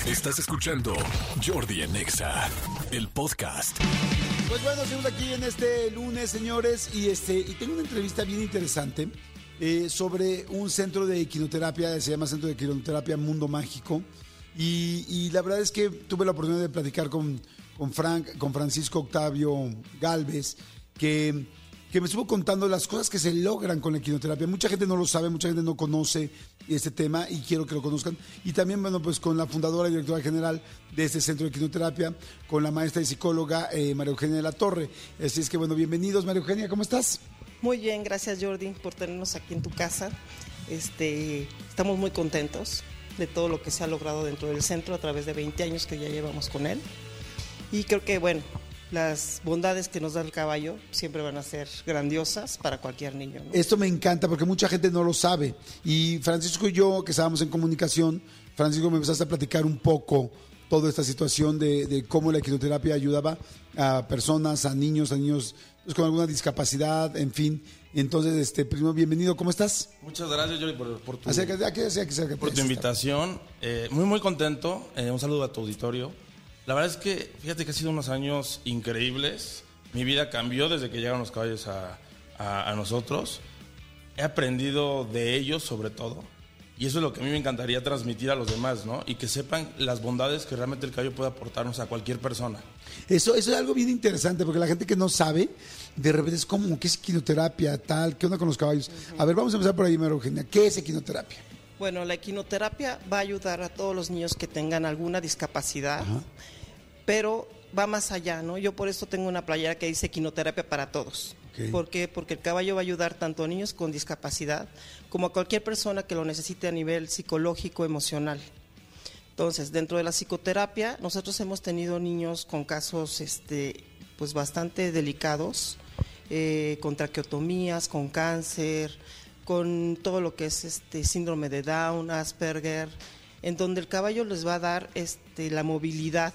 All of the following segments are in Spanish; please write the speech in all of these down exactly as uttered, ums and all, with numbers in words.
Estás escuchando Jordi en Exa, el podcast. Pues bueno, seguimos aquí en este lunes, señores, y este y tengo una entrevista bien interesante eh, sobre un centro de equinoterapia, se llama Centro de Equinoterapia Mundo Mágico, y, y la verdad es que tuve la oportunidad de platicar con, con, Frank, con Francisco Octavio Galvez, que... que me estuvo contando las cosas que se logran con la equinoterapia. Mucha gente no lo sabe, mucha gente no conoce este tema y quiero que lo conozcan. Y también, bueno, pues con la fundadora y directora general de este centro de equinoterapia, con la maestra y psicóloga eh, María Eugenia de la Torre. Así es que, bueno, bienvenidos, María Eugenia, ¿cómo estás? Muy bien, gracias Jordi por tenernos aquí en tu casa. Este, estamos muy contentos de todo lo que se ha logrado dentro del centro a través de veinte años que ya llevamos con él. Y creo que, bueno, las bondades que nos da el caballo siempre van a ser grandiosas para cualquier niño, ¿no? Esto me encanta porque mucha gente no lo sabe. Y Francisco y yo, que estábamos en comunicación, Francisco me empezaste a platicar un poco toda esta situación de, de cómo la equinoterapia ayudaba a personas, a niños, a niños pues, con alguna discapacidad, en fin. Entonces, este, primero, bienvenido, ¿cómo estás? Muchas gracias, Jordi, por, por tu, acércate, acércate, acércate, por tu invitación. Eh, muy, muy contento. Eh, un saludo a tu auditorio. La verdad es que, fíjate que ha sido unos años increíbles. Mi vida cambió desde que llegaron los caballos a, a, a nosotros. He aprendido de ellos, sobre todo. Y eso es lo que a mí me encantaría transmitir a los demás, ¿no? Y que sepan las bondades que realmente el caballo puede aportarnos a cualquier persona. Eso, eso es algo bien interesante, porque la gente que no sabe, de repente es como, ¿qué es equinoterapia, tal? ¿Qué onda con los caballos? Uh-huh. A ver, vamos a empezar por ahí, María Eugenia. ¿Qué es equinoterapia? Bueno, la equinoterapia va a ayudar a todos los niños que tengan alguna discapacidad. Ajá. Pero va más allá, ¿no? Yo por esto tengo una playera que dice equinoterapia para todos. Okay. ¿Por qué? Porque el caballo va a ayudar tanto a niños con discapacidad como a cualquier persona que lo necesite a nivel psicológico, emocional. Entonces, dentro de la psicoterapia, nosotros hemos tenido niños con casos este, pues bastante delicados, eh, con traqueotomías, con cáncer, con todo lo que es este síndrome de Down, Asperger, en donde el caballo les va a dar este, la movilidad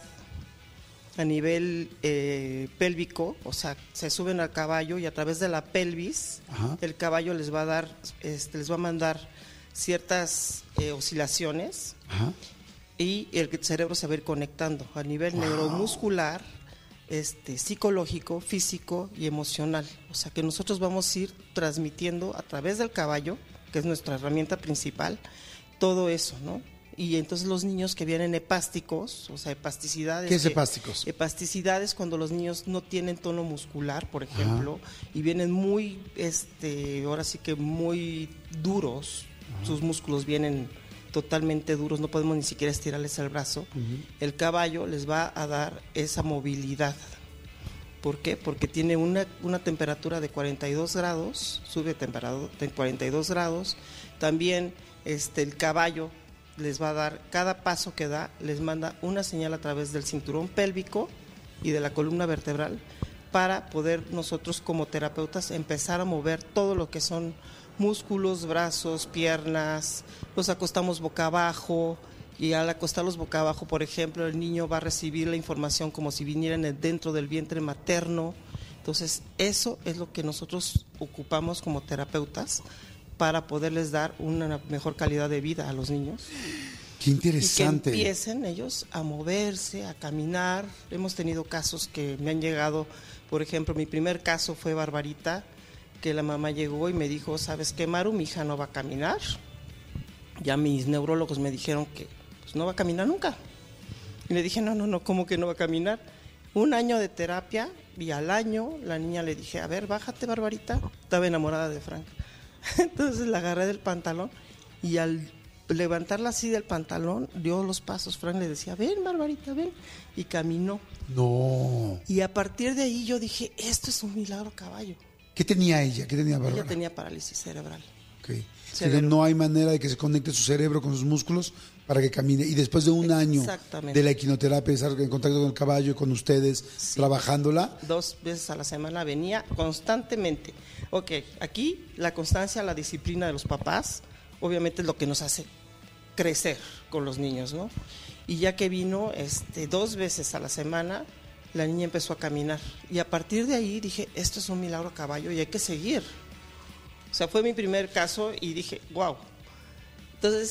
a nivel eh, pélvico, o sea, se suben al caballo y a través de la pelvis, ajá, el caballo les va a dar, este, les va a mandar ciertas eh, oscilaciones, ajá, y el cerebro se va a ir conectando a nivel wow. neuromuscular, este, psicológico, físico y emocional. O sea, que nosotros vamos a ir transmitiendo a través del caballo, que es nuestra herramienta principal, todo eso, ¿no? Y entonces los niños que vienen hepásticos, o sea, hepasticidades. ¿Qué es hepásticos? Hepasticidades cuando los niños no tienen tono muscular, por ejemplo, ajá, y vienen muy, este, ahora sí que muy duros, ajá, sus músculos vienen totalmente duros, no podemos ni siquiera estirarles el brazo. Uh-huh. El caballo les va a dar esa movilidad. ¿Por qué? Porque tiene una, una temperatura de cuarenta y dos grados, sube temperatura de cuarenta y dos grados. También este, el caballo les va a dar, cada paso que da, les manda una señal a través del cinturón pélvico y de la columna vertebral para poder nosotros como terapeutas empezar a mover todo lo que son músculos, brazos, piernas. Los acostamos boca abajo y al acostarlos boca abajo, por ejemplo, el niño va a recibir la información como si viniera dentro del vientre materno. Entonces, eso es lo que nosotros ocupamos como terapeutas para poderles dar una mejor calidad de vida a los niños. ¡Qué interesante! Y que empiecen ellos a moverse, a caminar. Hemos tenido casos que me han llegado, por ejemplo, mi primer caso fue Barbarita, que la mamá llegó y me dijo, ¿sabes qué, Maru? Mi hija no va a caminar. Ya mis neurólogos me dijeron que pues, no va a caminar nunca. Y le dije, no, no, no, ¿cómo que no va a caminar? Un año de terapia y al año la niña le dije, a ver, bájate, Barbarita. Estaba enamorada de Frank. Entonces la agarré del pantalón y al levantarla así del pantalón dio los pasos. Frank le decía, ven, Barbarita, ven, y caminó. No. Y a partir de ahí yo dije, esto es un milagro, caballo. ¿Qué tenía ella? ¿Qué tenía Bárbara? Ella tenía parálisis cerebral. Okay. Cerebro. No hay manera de que se conecte su cerebro con sus músculos para que camine. Y después de un año de la equinoterapia, estar en contacto con el caballo y con ustedes, sí, trabajándola. Dos veces a la semana venía constantemente. Ok, aquí la constancia, la disciplina de los papás, obviamente es lo que nos hace crecer con los niños, ¿no? Y ya que vino este, dos veces a la semana, la niña empezó a caminar. Y a partir de ahí dije, esto es un milagro, caballo, y hay que seguir. O sea, fue mi primer caso y dije, wow. Entonces,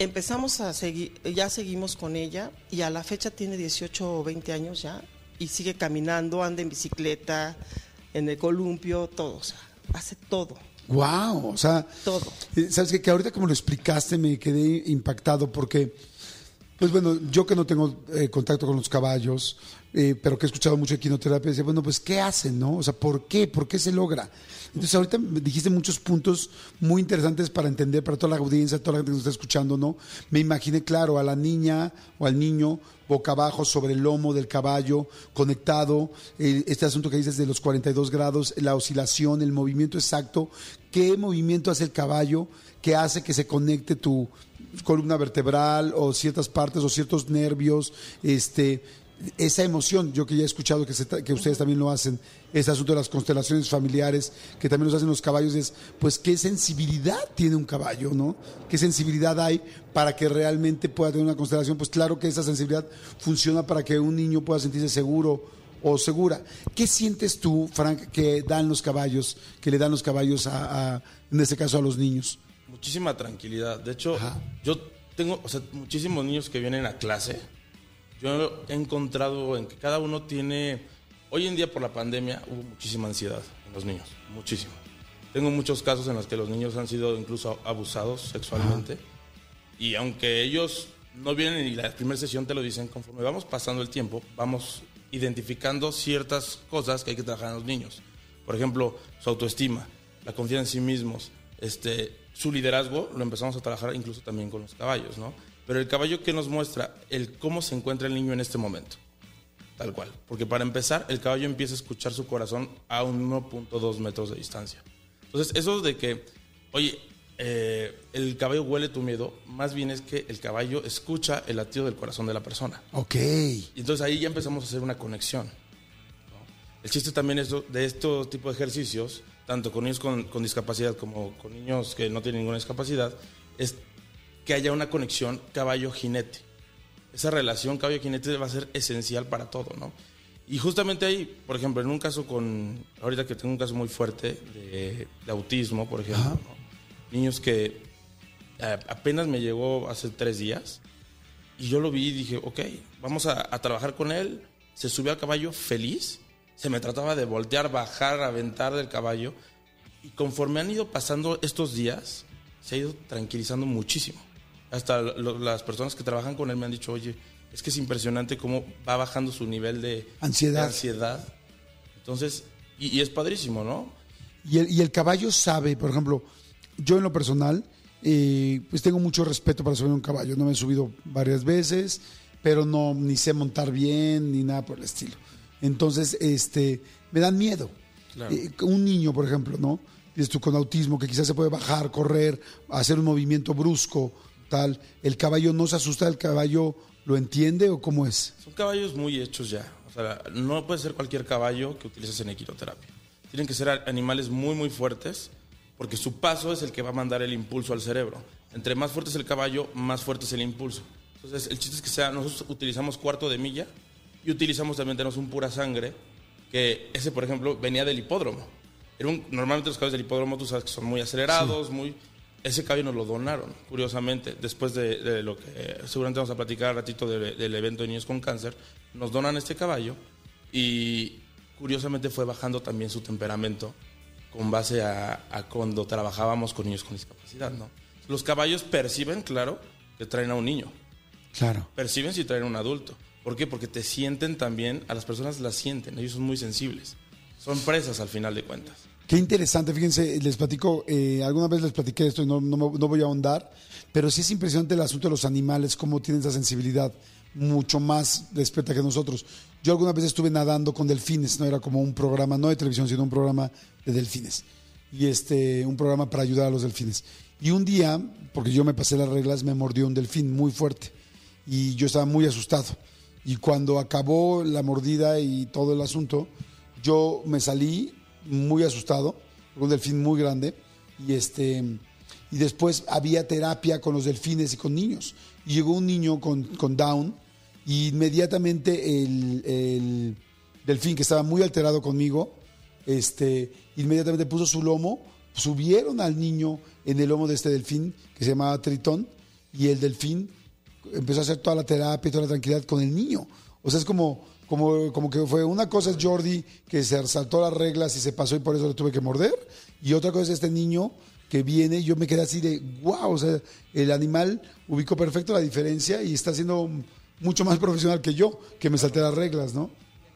empezamos a seguir, ya seguimos con ella y a la fecha tiene dieciocho o veinte años ya y sigue caminando, anda en bicicleta, en el columpio, todo, o sea, hace todo. Wow, o sea, todo. Sabes qué? Que ahorita como lo explicaste me quedé impactado porque, pues bueno, yo que no tengo eh, contacto con los caballos, eh, pero que he escuchado mucho de quinoterapia, decía, bueno, pues ¿qué hacen, no? O sea, ¿por qué? ¿Por qué se logra? Entonces ahorita me dijiste muchos puntos muy interesantes para entender, para toda la audiencia, toda la gente que nos está escuchando, ¿no? Me imaginé, claro, a la niña o al niño boca abajo sobre el lomo del caballo, conectado, eh, este asunto que dices de los cuarenta y dos grados, la oscilación, el movimiento exacto, qué movimiento hace el caballo que hace que se conecte tu columna vertebral o ciertas partes o ciertos nervios, este... esa emoción, yo que ya he escuchado que, se, que ustedes también lo hacen, ese asunto de las constelaciones familiares, que también los hacen los caballos, es pues qué sensibilidad tiene un caballo, ¿no? ¿Qué sensibilidad hay para que realmente pueda tener una constelación? Pues claro que esa sensibilidad funciona para que un niño pueda sentirse seguro o segura. ¿Qué sientes tú, Frank, que dan los caballos, que le dan los caballos a, a en este caso a los niños? Muchísima tranquilidad. De hecho, Ajá. yo tengo, o sea, muchísimos niños que vienen a clase. Yo he encontrado en que cada uno tiene, hoy en día por la pandemia hubo muchísima ansiedad en los niños, muchísimo. Tengo muchos casos en los que los niños han sido incluso abusados sexualmente. Ajá. Y aunque ellos no vienen y la primera sesión te lo dicen, conforme vamos pasando el tiempo, vamos identificando ciertas cosas que hay que trabajar en los niños. Por ejemplo, su autoestima, la confianza en sí mismos, este, su liderazgo, lo empezamos a trabajar incluso también con los caballos, ¿no? Pero el caballo que nos muestra el cómo se encuentra el niño en este momento, tal cual. Porque para empezar, el caballo empieza a escuchar su corazón a uno punto dos metros de distancia. Entonces, eso de que, oye, eh, el caballo huele tu miedo, más bien es que el caballo escucha el latido del corazón de la persona. Ok. Y entonces ahí ya empezamos a hacer una conexión, ¿no? El chiste también es de este tipo de ejercicios, tanto con niños con, con discapacidad como con niños que no tienen ninguna discapacidad, es que haya una conexión caballo-jinete. Esa relación caballo-jinete va a ser esencial para todo, ¿no? Y justamente ahí, por ejemplo, en un caso con... Ahorita que tengo un caso muy fuerte de, de autismo, por ejemplo, ¿no? Niños que eh, apenas me llegó hace tres días y yo lo vi y dije, ok, vamos a, a trabajar con él. Se subió al caballo feliz, se me trataba de voltear, bajar, aventar del caballo y conforme han ido pasando estos días, se ha ido tranquilizando muchísimo. Hasta lo, las personas que trabajan con él me han dicho, oye, es que es impresionante cómo va bajando su nivel de ansiedad. De ansiedad. Entonces, y, y es padrísimo, ¿no? Y el, y el caballo sabe, por ejemplo, yo en lo personal, eh, pues tengo mucho respeto para subir un caballo. No me he subido varias veces, pero no ni sé montar bien ni nada por el estilo. Entonces, este, me dan miedo. Claro. Eh, un niño, por ejemplo, ¿no? Dices tú con autismo, que quizás se puede bajar, correr, hacer un movimiento brusco, tal. ¿El caballo no se asusta? ¿El caballo lo entiende o cómo es? Son caballos muy hechos ya. O sea, no puede ser cualquier caballo que utilices en equinoterapia. Tienen que ser animales muy, muy fuertes, porque su paso es el que va a mandar el impulso al cerebro. Entre más fuerte es el caballo, más fuerte es el impulso. Entonces, el chiste es que sea, nosotros utilizamos cuarto de milla y utilizamos también, tenemos un pura sangre, que ese, por ejemplo, venía del hipódromo. Era un, normalmente los caballos del hipódromo, tú sabes que son muy acelerados, sí. muy... Ese caballo nos lo donaron, curiosamente, después de, de lo que eh, seguramente vamos a platicar al ratito de, del evento de niños con cáncer. Nos donan este caballo y curiosamente fue bajando también su temperamento con base a, a cuando trabajábamos con niños con discapacidad, ¿no? Los caballos perciben, claro, que traen a un niño. Claro. Perciben si traen a un adulto. ¿Por qué? Porque te sienten también, a las personas las sienten, ellos son muy sensibles. Son presas al final de cuentas. Qué interesante, fíjense, les platico, eh, alguna vez les platiqué esto y no, no, no voy a ahondar, pero sí es impresionante el asunto de los animales, cómo tienen esa sensibilidad mucho más despierta que nosotros. Yo alguna vez estuve nadando con delfines, no era como un programa, no de televisión, sino un programa de delfines, y este, un programa para ayudar a los delfines. Y un día, porque yo me pasé las reglas, me mordió un delfín muy fuerte y yo estaba muy asustado. Y cuando acabó la mordida y todo el asunto, yo me salí muy asustado, un delfín muy grande, y este y después había terapia con los delfines y con niños. Y llegó un niño con, con Down, y inmediatamente el, el delfín, que estaba muy alterado conmigo, este, inmediatamente puso su lomo, subieron al niño en el lomo de este delfín, que se llamaba Tritón, y el delfín empezó a hacer toda la terapia y toda la tranquilidad con el niño. O sea, es como, como, como que fue una cosa es Jordi que se saltó las reglas y se pasó y por eso le tuve que morder, y otra cosa es este niño que viene y yo me quedé así de wow, o sea, el animal ubicó perfecto la diferencia y está siendo mucho más profesional que yo, que me salté las reglas, ¿no?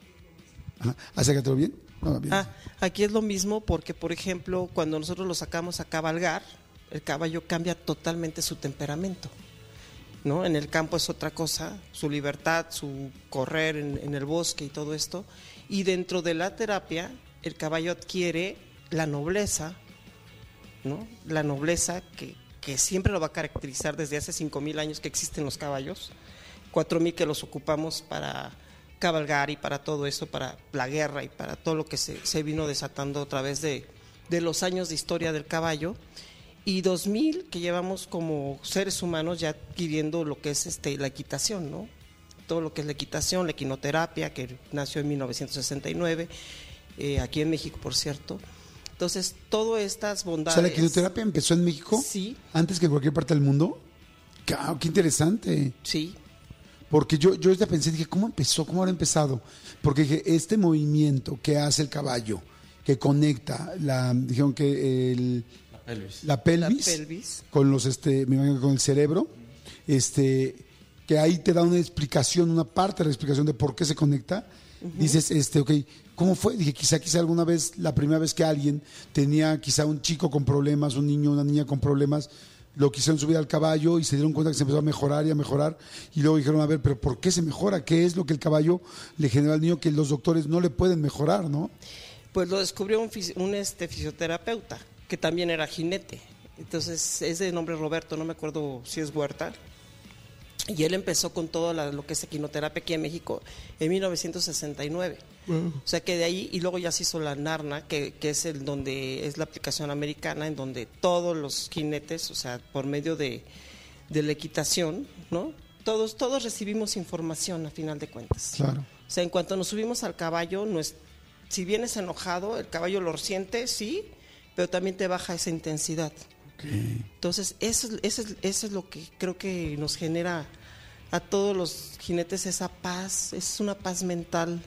Ajá. ¿Acércatelo bien? No, bien. Ah, aquí es lo mismo porque, por ejemplo, cuando nosotros lo sacamos a cabalgar, el caballo cambia totalmente su temperamento, ¿no? En el campo es otra cosa, su libertad, su correr en, en el bosque y todo esto. Y dentro de la terapia, el caballo adquiere la nobleza, ¿no? La nobleza que, que siempre lo va a caracterizar desde hace cinco mil años que existen los caballos, cuatro mil que los ocupamos para cabalgar y para todo eso, para la guerra y para todo lo que se, se vino desatando a través de, de los años de historia del caballo, y dos mil que llevamos como seres humanos ya adquiriendo lo que es este la equitación, ¿no? Todo lo que es la equitación, la equinoterapia, que nació en mil novecientos sesenta y nueve, eh, aquí en México, por cierto. Entonces, todas estas bondades... O sea, ¿la equinoterapia empezó en México? Sí. ¿Antes que en cualquier parte del mundo? ¡Qué, qué interesante! Sí. Porque yo, yo ya pensé, dije, ¿cómo empezó? ¿Cómo habrá empezado? Porque dije, este movimiento que hace el caballo, que conecta, la, dijeron que el, La pelvis. la pelvis, La pelvis. con los, este, me imagino que con el cerebro, este, que ahí te da una explicación, una parte de la explicación de por qué se conecta. Uh-huh. Dices, este, ok, ¿cómo fue? Dije, quizá, quizá alguna vez, la primera vez que alguien tenía quizá un chico con problemas, un niño, una niña con problemas, lo quisieron subir al caballo y se dieron cuenta que se empezó a mejorar y a mejorar, y luego dijeron, a ver, pero ¿por qué se mejora? ¿Qué es lo que el caballo le genera al niño que los doctores no le pueden mejorar, no? Pues lo descubrió un, un este, fisioterapeuta, que también era jinete. Entonces, es de nombre Roberto, no me acuerdo si es Huerta. Y él empezó con todo la, lo que es equinoterapia aquí en México en mil novecientos sesenta y nueve. Uh-huh. O sea que de ahí, y luego ya se hizo la Narna, que, que es el donde es la aplicación americana, en donde todos los jinetes, o sea, por medio de, de la equitación, ¿no? Todos, todos recibimos información a final de cuentas. Claro. O sea, en cuanto nos subimos al caballo, no es, si vienes enojado, el caballo lo siente, sí, pero también te baja esa intensidad. Okay. Entonces, eso, eso, es, eso es lo que creo que nos genera a todos los jinetes esa paz, es una paz mental.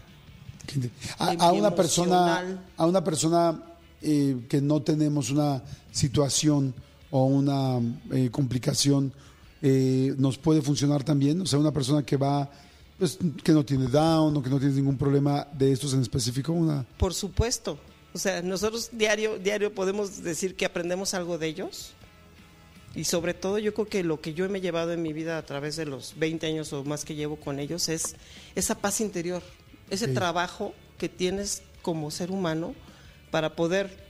A, a una persona, a una persona eh, que no tenemos una situación o una eh, complicación, eh, ¿nos puede funcionar también? O sea, una persona que va, pues, que no tiene Down o que no tiene ningún problema de estos en específico. Una... Por supuesto. O sea, nosotros diario, diario podemos decir que aprendemos algo de ellos, y sobre todo yo creo que lo que yo me he llevado en mi vida a través de los veinte años o más que llevo con ellos es esa paz interior, ese sí. trabajo que tienes como ser humano para poder,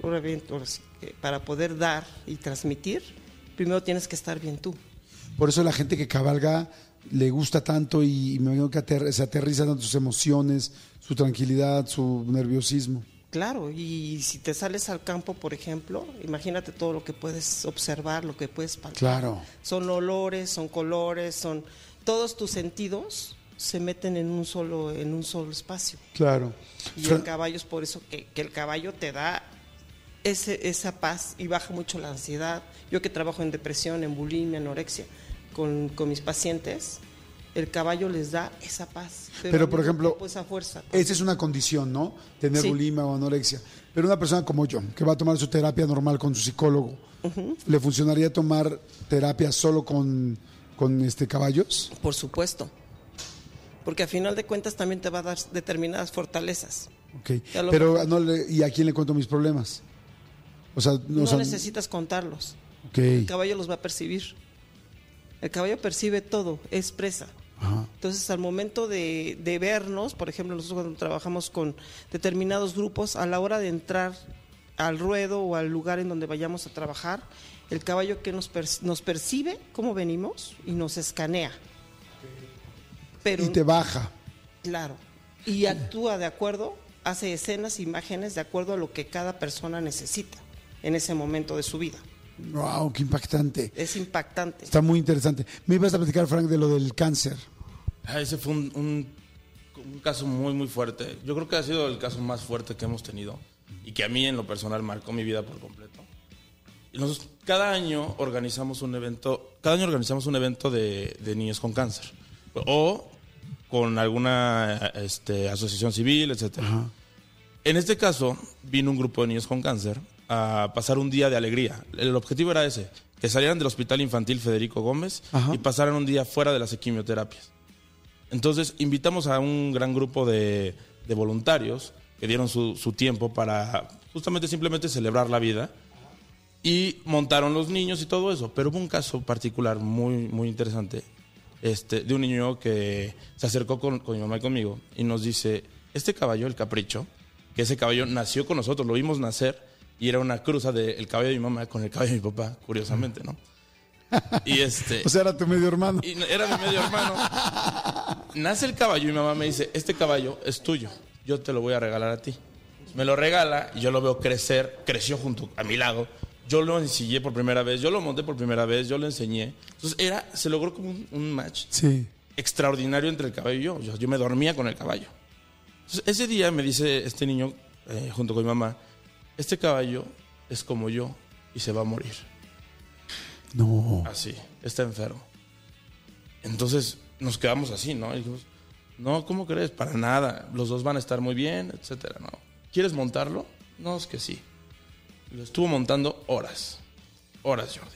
para poder dar y transmitir. Primero tienes que estar bien tú. Por eso la gente que cabalga le gusta tanto y me imagino que ater- se aterriza tanto sus emociones, su tranquilidad, su nerviosismo. Claro, y si te sales al campo, por ejemplo, imagínate todo lo que puedes observar, lo que puedes palpar. Claro. Son olores, son colores, son todos tus sentidos se meten en un solo en un solo espacio. Claro. Y el caballo es por eso que, que el caballo te da ese esa paz y baja mucho la ansiedad. Yo que trabajo en depresión, en bulimia, anorexia con, con mis pacientes, el caballo les da esa paz. Pero, pero por ejemplo, esa fuerza. Esa es una condición, ¿no? Tener sí. bulimia o anorexia. Pero una persona como yo, que va a tomar su terapia normal con su psicólogo, uh-huh. ¿le funcionaría tomar terapia solo con, con este caballos? Por supuesto. Porque a final de cuentas también te va a dar determinadas fortalezas. Okay. Pero no le, ¿y a quién le cuento mis problemas? O sea, no, no o sea, necesitas contarlos. Okay. El caballo los va a percibir. El caballo percibe todo, es presa. Ajá. Entonces, al momento de, de vernos, por ejemplo, nosotros cuando trabajamos con determinados grupos, a la hora de entrar al ruedo o al lugar en donde vayamos a trabajar, el caballo que nos, per, nos percibe cómo venimos y nos escanea. Pero, y te baja. Claro. Y actúa de acuerdo, hace escenas, imágenes de acuerdo a lo que cada persona necesita en ese momento de su vida. Wow, qué impactante. Es impactante. Está muy interesante. Me ibas a platicar, Frank, de lo del cáncer. Ah, ese fue un, un, un caso muy, muy fuerte. Yo creo que ha sido el caso más fuerte que hemos tenido y que a mí en lo personal marcó mi vida por completo. Y nosotros cada año organizamos un evento, cada año organizamos un evento de, de niños con cáncer. O con alguna este, asociación civil, etcétera. Ajá. En este caso, vino un grupo de niños con cáncer a pasar un día de alegría. El objetivo era ese, que salieran del Hospital Infantil Federico Gómez Ajá. y pasaran un día fuera de las quimioterapias. Entonces, invitamos a un gran grupo de, de voluntarios que dieron su, su tiempo para justamente simplemente celebrar la vida y montaron los niños y todo eso. Pero hubo un caso particular muy, muy interesante este, de un niño que se acercó con, con mi mamá y conmigo y nos dice, este caballo, el Capricho, que ese caballo nació con nosotros, lo vimos nacer y era una cruza del caballo de mi mamá con el caballo de mi papá, curiosamente, ¿no? Y este, o sea, era tu medio hermano. Y era mi medio hermano. Nace el caballo y mi mamá me dice, este caballo es tuyo, yo te lo voy a regalar a ti. Me lo regala y yo lo veo crecer, creció junto a mi lado. Yo lo ensillé por primera vez, yo lo monté por primera vez, yo lo enseñé. Entonces era, se logró como un, un match sí. extraordinario entre el caballo y yo. yo. Yo me dormía con el caballo. Entonces ese día me dice este niño, eh, junto con mi mamá, este caballo es como yo y se va a morir. No. Así, está enfermo. Entonces nos quedamos así, ¿no? Y dijimos, no, ¿cómo crees? Para nada. Los dos van a estar muy bien, etcétera, ¿no? ¿Quieres montarlo? No, es que sí. Lo estuvo montando horas. Horas, Jordi.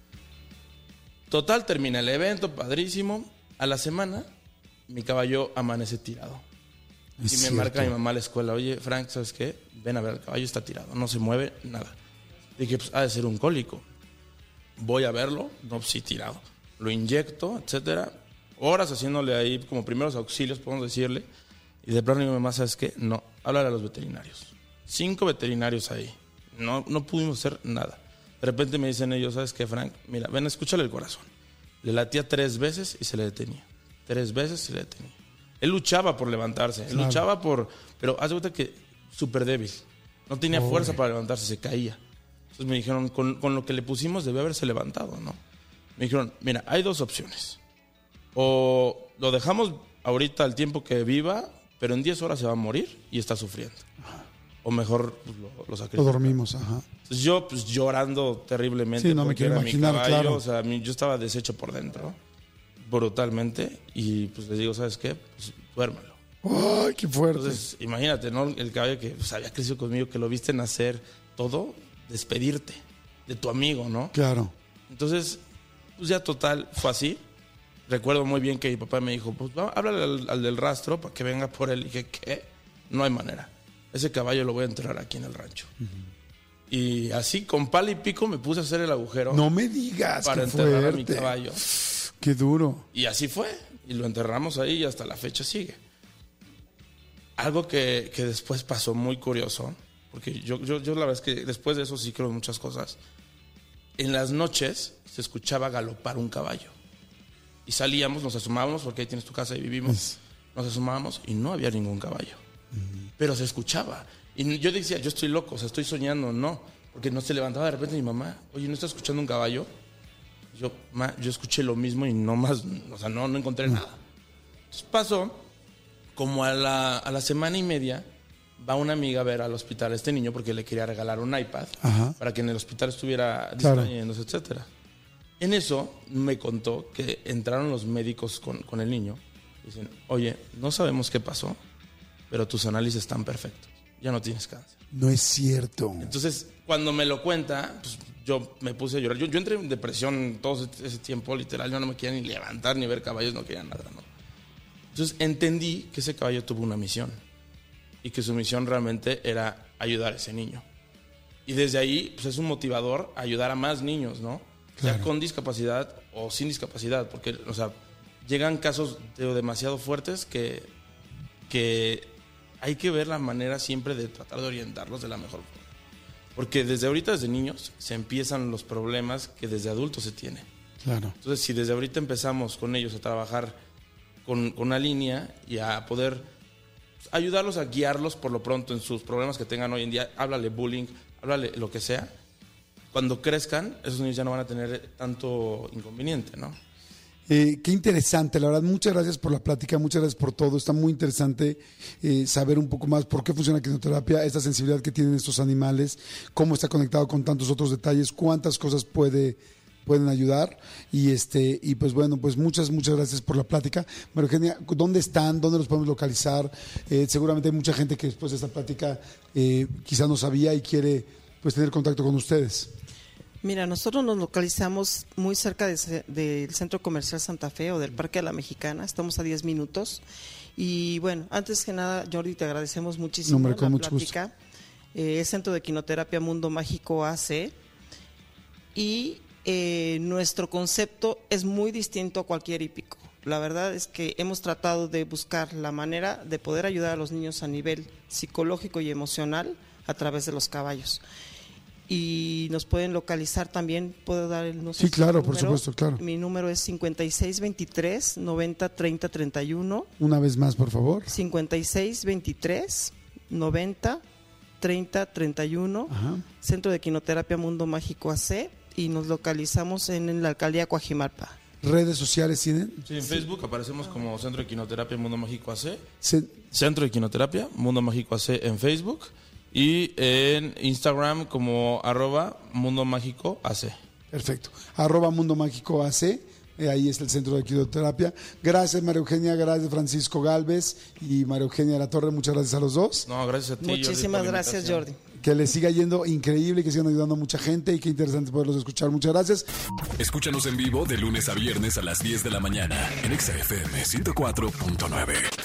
Total, termina el evento, padrísimo. A la semana, mi caballo amanece tirado. Es y me cierto. Marca mi mamá a la escuela, oye, Frank, ¿sabes qué? Ven a ver, el caballo está tirado, no se mueve, nada. Dije, pues ha de ser un cólico. Voy a verlo, no, sí, tirado. Lo inyecto, etcétera. Horas haciéndole ahí como primeros auxilios, podemos decirle. Y de pronto mi mamá, ¿sabes qué? No, háblale a los veterinarios. Cinco veterinarios ahí. No, no pudimos hacer nada. De repente me dicen ellos, ¿sabes qué, Frank? Mira, ven, escúchale el corazón. Le latía tres veces y se le detenía. Tres veces y se le detenía. Él luchaba por levantarse. Él claro. luchaba por... Pero haz de cuenta que súper débil. No tenía oh, fuerza para levantarse, se caía. Entonces me dijeron, con, con lo que le pusimos debe haberse levantado, ¿no? Me dijeron, mira, hay dos opciones. O lo dejamos ahorita al tiempo que viva, pero en diez horas se va a morir y está sufriendo. Ajá. O mejor pues, lo, lo sacrificamos. Lo dormimos, ajá. Entonces yo pues llorando terriblemente. Sí, no me quiero era imaginar, mi caballo, claro. O sea, mi, yo estaba deshecho por dentro, brutalmente. Y pues les digo, ¿sabes qué? Pues duérmelo. ¡Ay, qué fuerte! Entonces, imagínate, ¿no? El caballo que pues, había crecido conmigo, que lo viste nacer, todo, despedirte de tu amigo, ¿no? Claro. Entonces, pues ya total, fue así. Recuerdo muy bien que mi papá me dijo, pues háblale al, al del rastro para que venga por él. Y dije, ¿qué? No hay manera. Ese caballo lo voy a enterrar aquí en el rancho. Uh-huh. Y así, con pala y pico, me puse a hacer el agujero. No me digas, para qué enterrar fuerte. a mi caballo. Qué duro. Y así fue. Y lo enterramos ahí y hasta la fecha sigue. Algo que, que después pasó muy curioso, porque yo, yo, yo la verdad es que después de eso sí creo en muchas cosas. En las noches se escuchaba galopar un caballo. Y salíamos, nos asomábamos, porque ahí tienes tu casa y vivimos. Nos asomábamos y no había ningún caballo. Uh-huh. Pero se escuchaba. Y yo decía, yo estoy loco, o sea, estoy soñando. No, porque no se levantaba de repente mi mamá. Oye, ¿no estás escuchando un caballo? Yo, ma, yo escuché lo mismo y no más, o sea, no, no encontré uh-huh. nada. Entonces pasó, como a la, a la semana y media, va una amiga a ver al hospital a este niño porque le quería regalar un iPad uh-huh. para que en el hospital estuviera distrayéndose, claro. etcétera. En eso me contó que entraron los médicos con, con el niño y dicen, oye, no sabemos qué pasó, pero tus análisis están perfectos, ya no tienes cáncer. No es cierto. Entonces, cuando me lo cuenta, pues yo me puse a llorar. Yo, yo entré en depresión todo ese, ese tiempo, literal, yo no me quería ni levantar ni ver caballos, no quería nada, ¿no? Entonces entendí que ese caballo tuvo una misión y que su misión realmente era ayudar a ese niño. Y desde ahí, pues es un motivador a ayudar a más niños, ¿no? Claro. Sea con discapacidad o sin discapacidad, porque, o sea, llegan casos de, demasiado fuertes que, que hay que ver la manera siempre de tratar de orientarlos de la mejor forma. Porque desde ahorita, desde niños, se empiezan los problemas que desde adultos se tienen. Claro. Entonces, si desde ahorita empezamos con ellos a trabajar con, con una línea y a poder ayudarlos a guiarlos por lo pronto en sus problemas que tengan hoy en día, háblale bullying, háblale lo que sea. Cuando crezcan, esos niños ya no van a tener tanto inconveniente, ¿no? Eh, qué interesante, la verdad, muchas gracias por la plática, muchas gracias por todo, está muy interesante eh, saber un poco más por qué funciona la quinoterapia, esta sensibilidad que tienen estos animales, cómo está conectado con tantos otros detalles, cuántas cosas puede, pueden ayudar y este y pues bueno, pues muchas, muchas gracias por la plática. María Eugenia, ¿dónde están? ¿Dónde los podemos localizar? Eh, seguramente hay mucha gente que después de esta plática eh, quizá no sabía y quiere pues tener contacto con ustedes. Mira, nosotros nos localizamos muy cerca de, del Centro Comercial Santa Fe o del Parque de la Mexicana, estamos a diez minutos. Y bueno, antes que nada, Jordi, te agradecemos muchísimo no, con la mucho plática. Eh, es Centro de Quinoterapia Mundo Mágico A C y eh, nuestro concepto es muy distinto a cualquier hípico. La verdad es que hemos tratado de buscar la manera de poder ayudar a los niños a nivel psicológico y emocional a través de los caballos. Y nos pueden localizar también, puedo dar el no sé sí, claro, número. Por supuesto, claro. Mi número es cincuenta y seis veintitrés noventa treinta treinta y uno. Una vez más, por favor. cincuenta y seis veintitrés noventa treinta treinta y uno. Ajá. Centro de Quinoterapia Mundo Mágico A C y nos localizamos en, en la alcaldía Coajimalpa. ¿Redes sociales tienen? Sí, en sí. Facebook aparecemos como Centro de Quinoterapia Mundo Mágico A C. Sí. Centro de Quinoterapia Mundo Mágico A C en Facebook. Y en Instagram como arroba Mundo Mágico A C. Perfecto. Arroba Mundo Mágico A C. Eh, ahí está el centro de quinoterapia. Gracias, María Eugenia. Gracias, Francisco Galvez y María Eugenia de la Torre. Muchas gracias a los dos. No, gracias a ti. Muchísimas Jordi, gracias, Jordi. Que les siga yendo increíble y que sigan ayudando a mucha gente. Y qué interesante poderlos escuchar. Muchas gracias. Escúchanos en vivo de lunes a viernes a las diez de la mañana en Exa F M ciento cuatro punto nueve.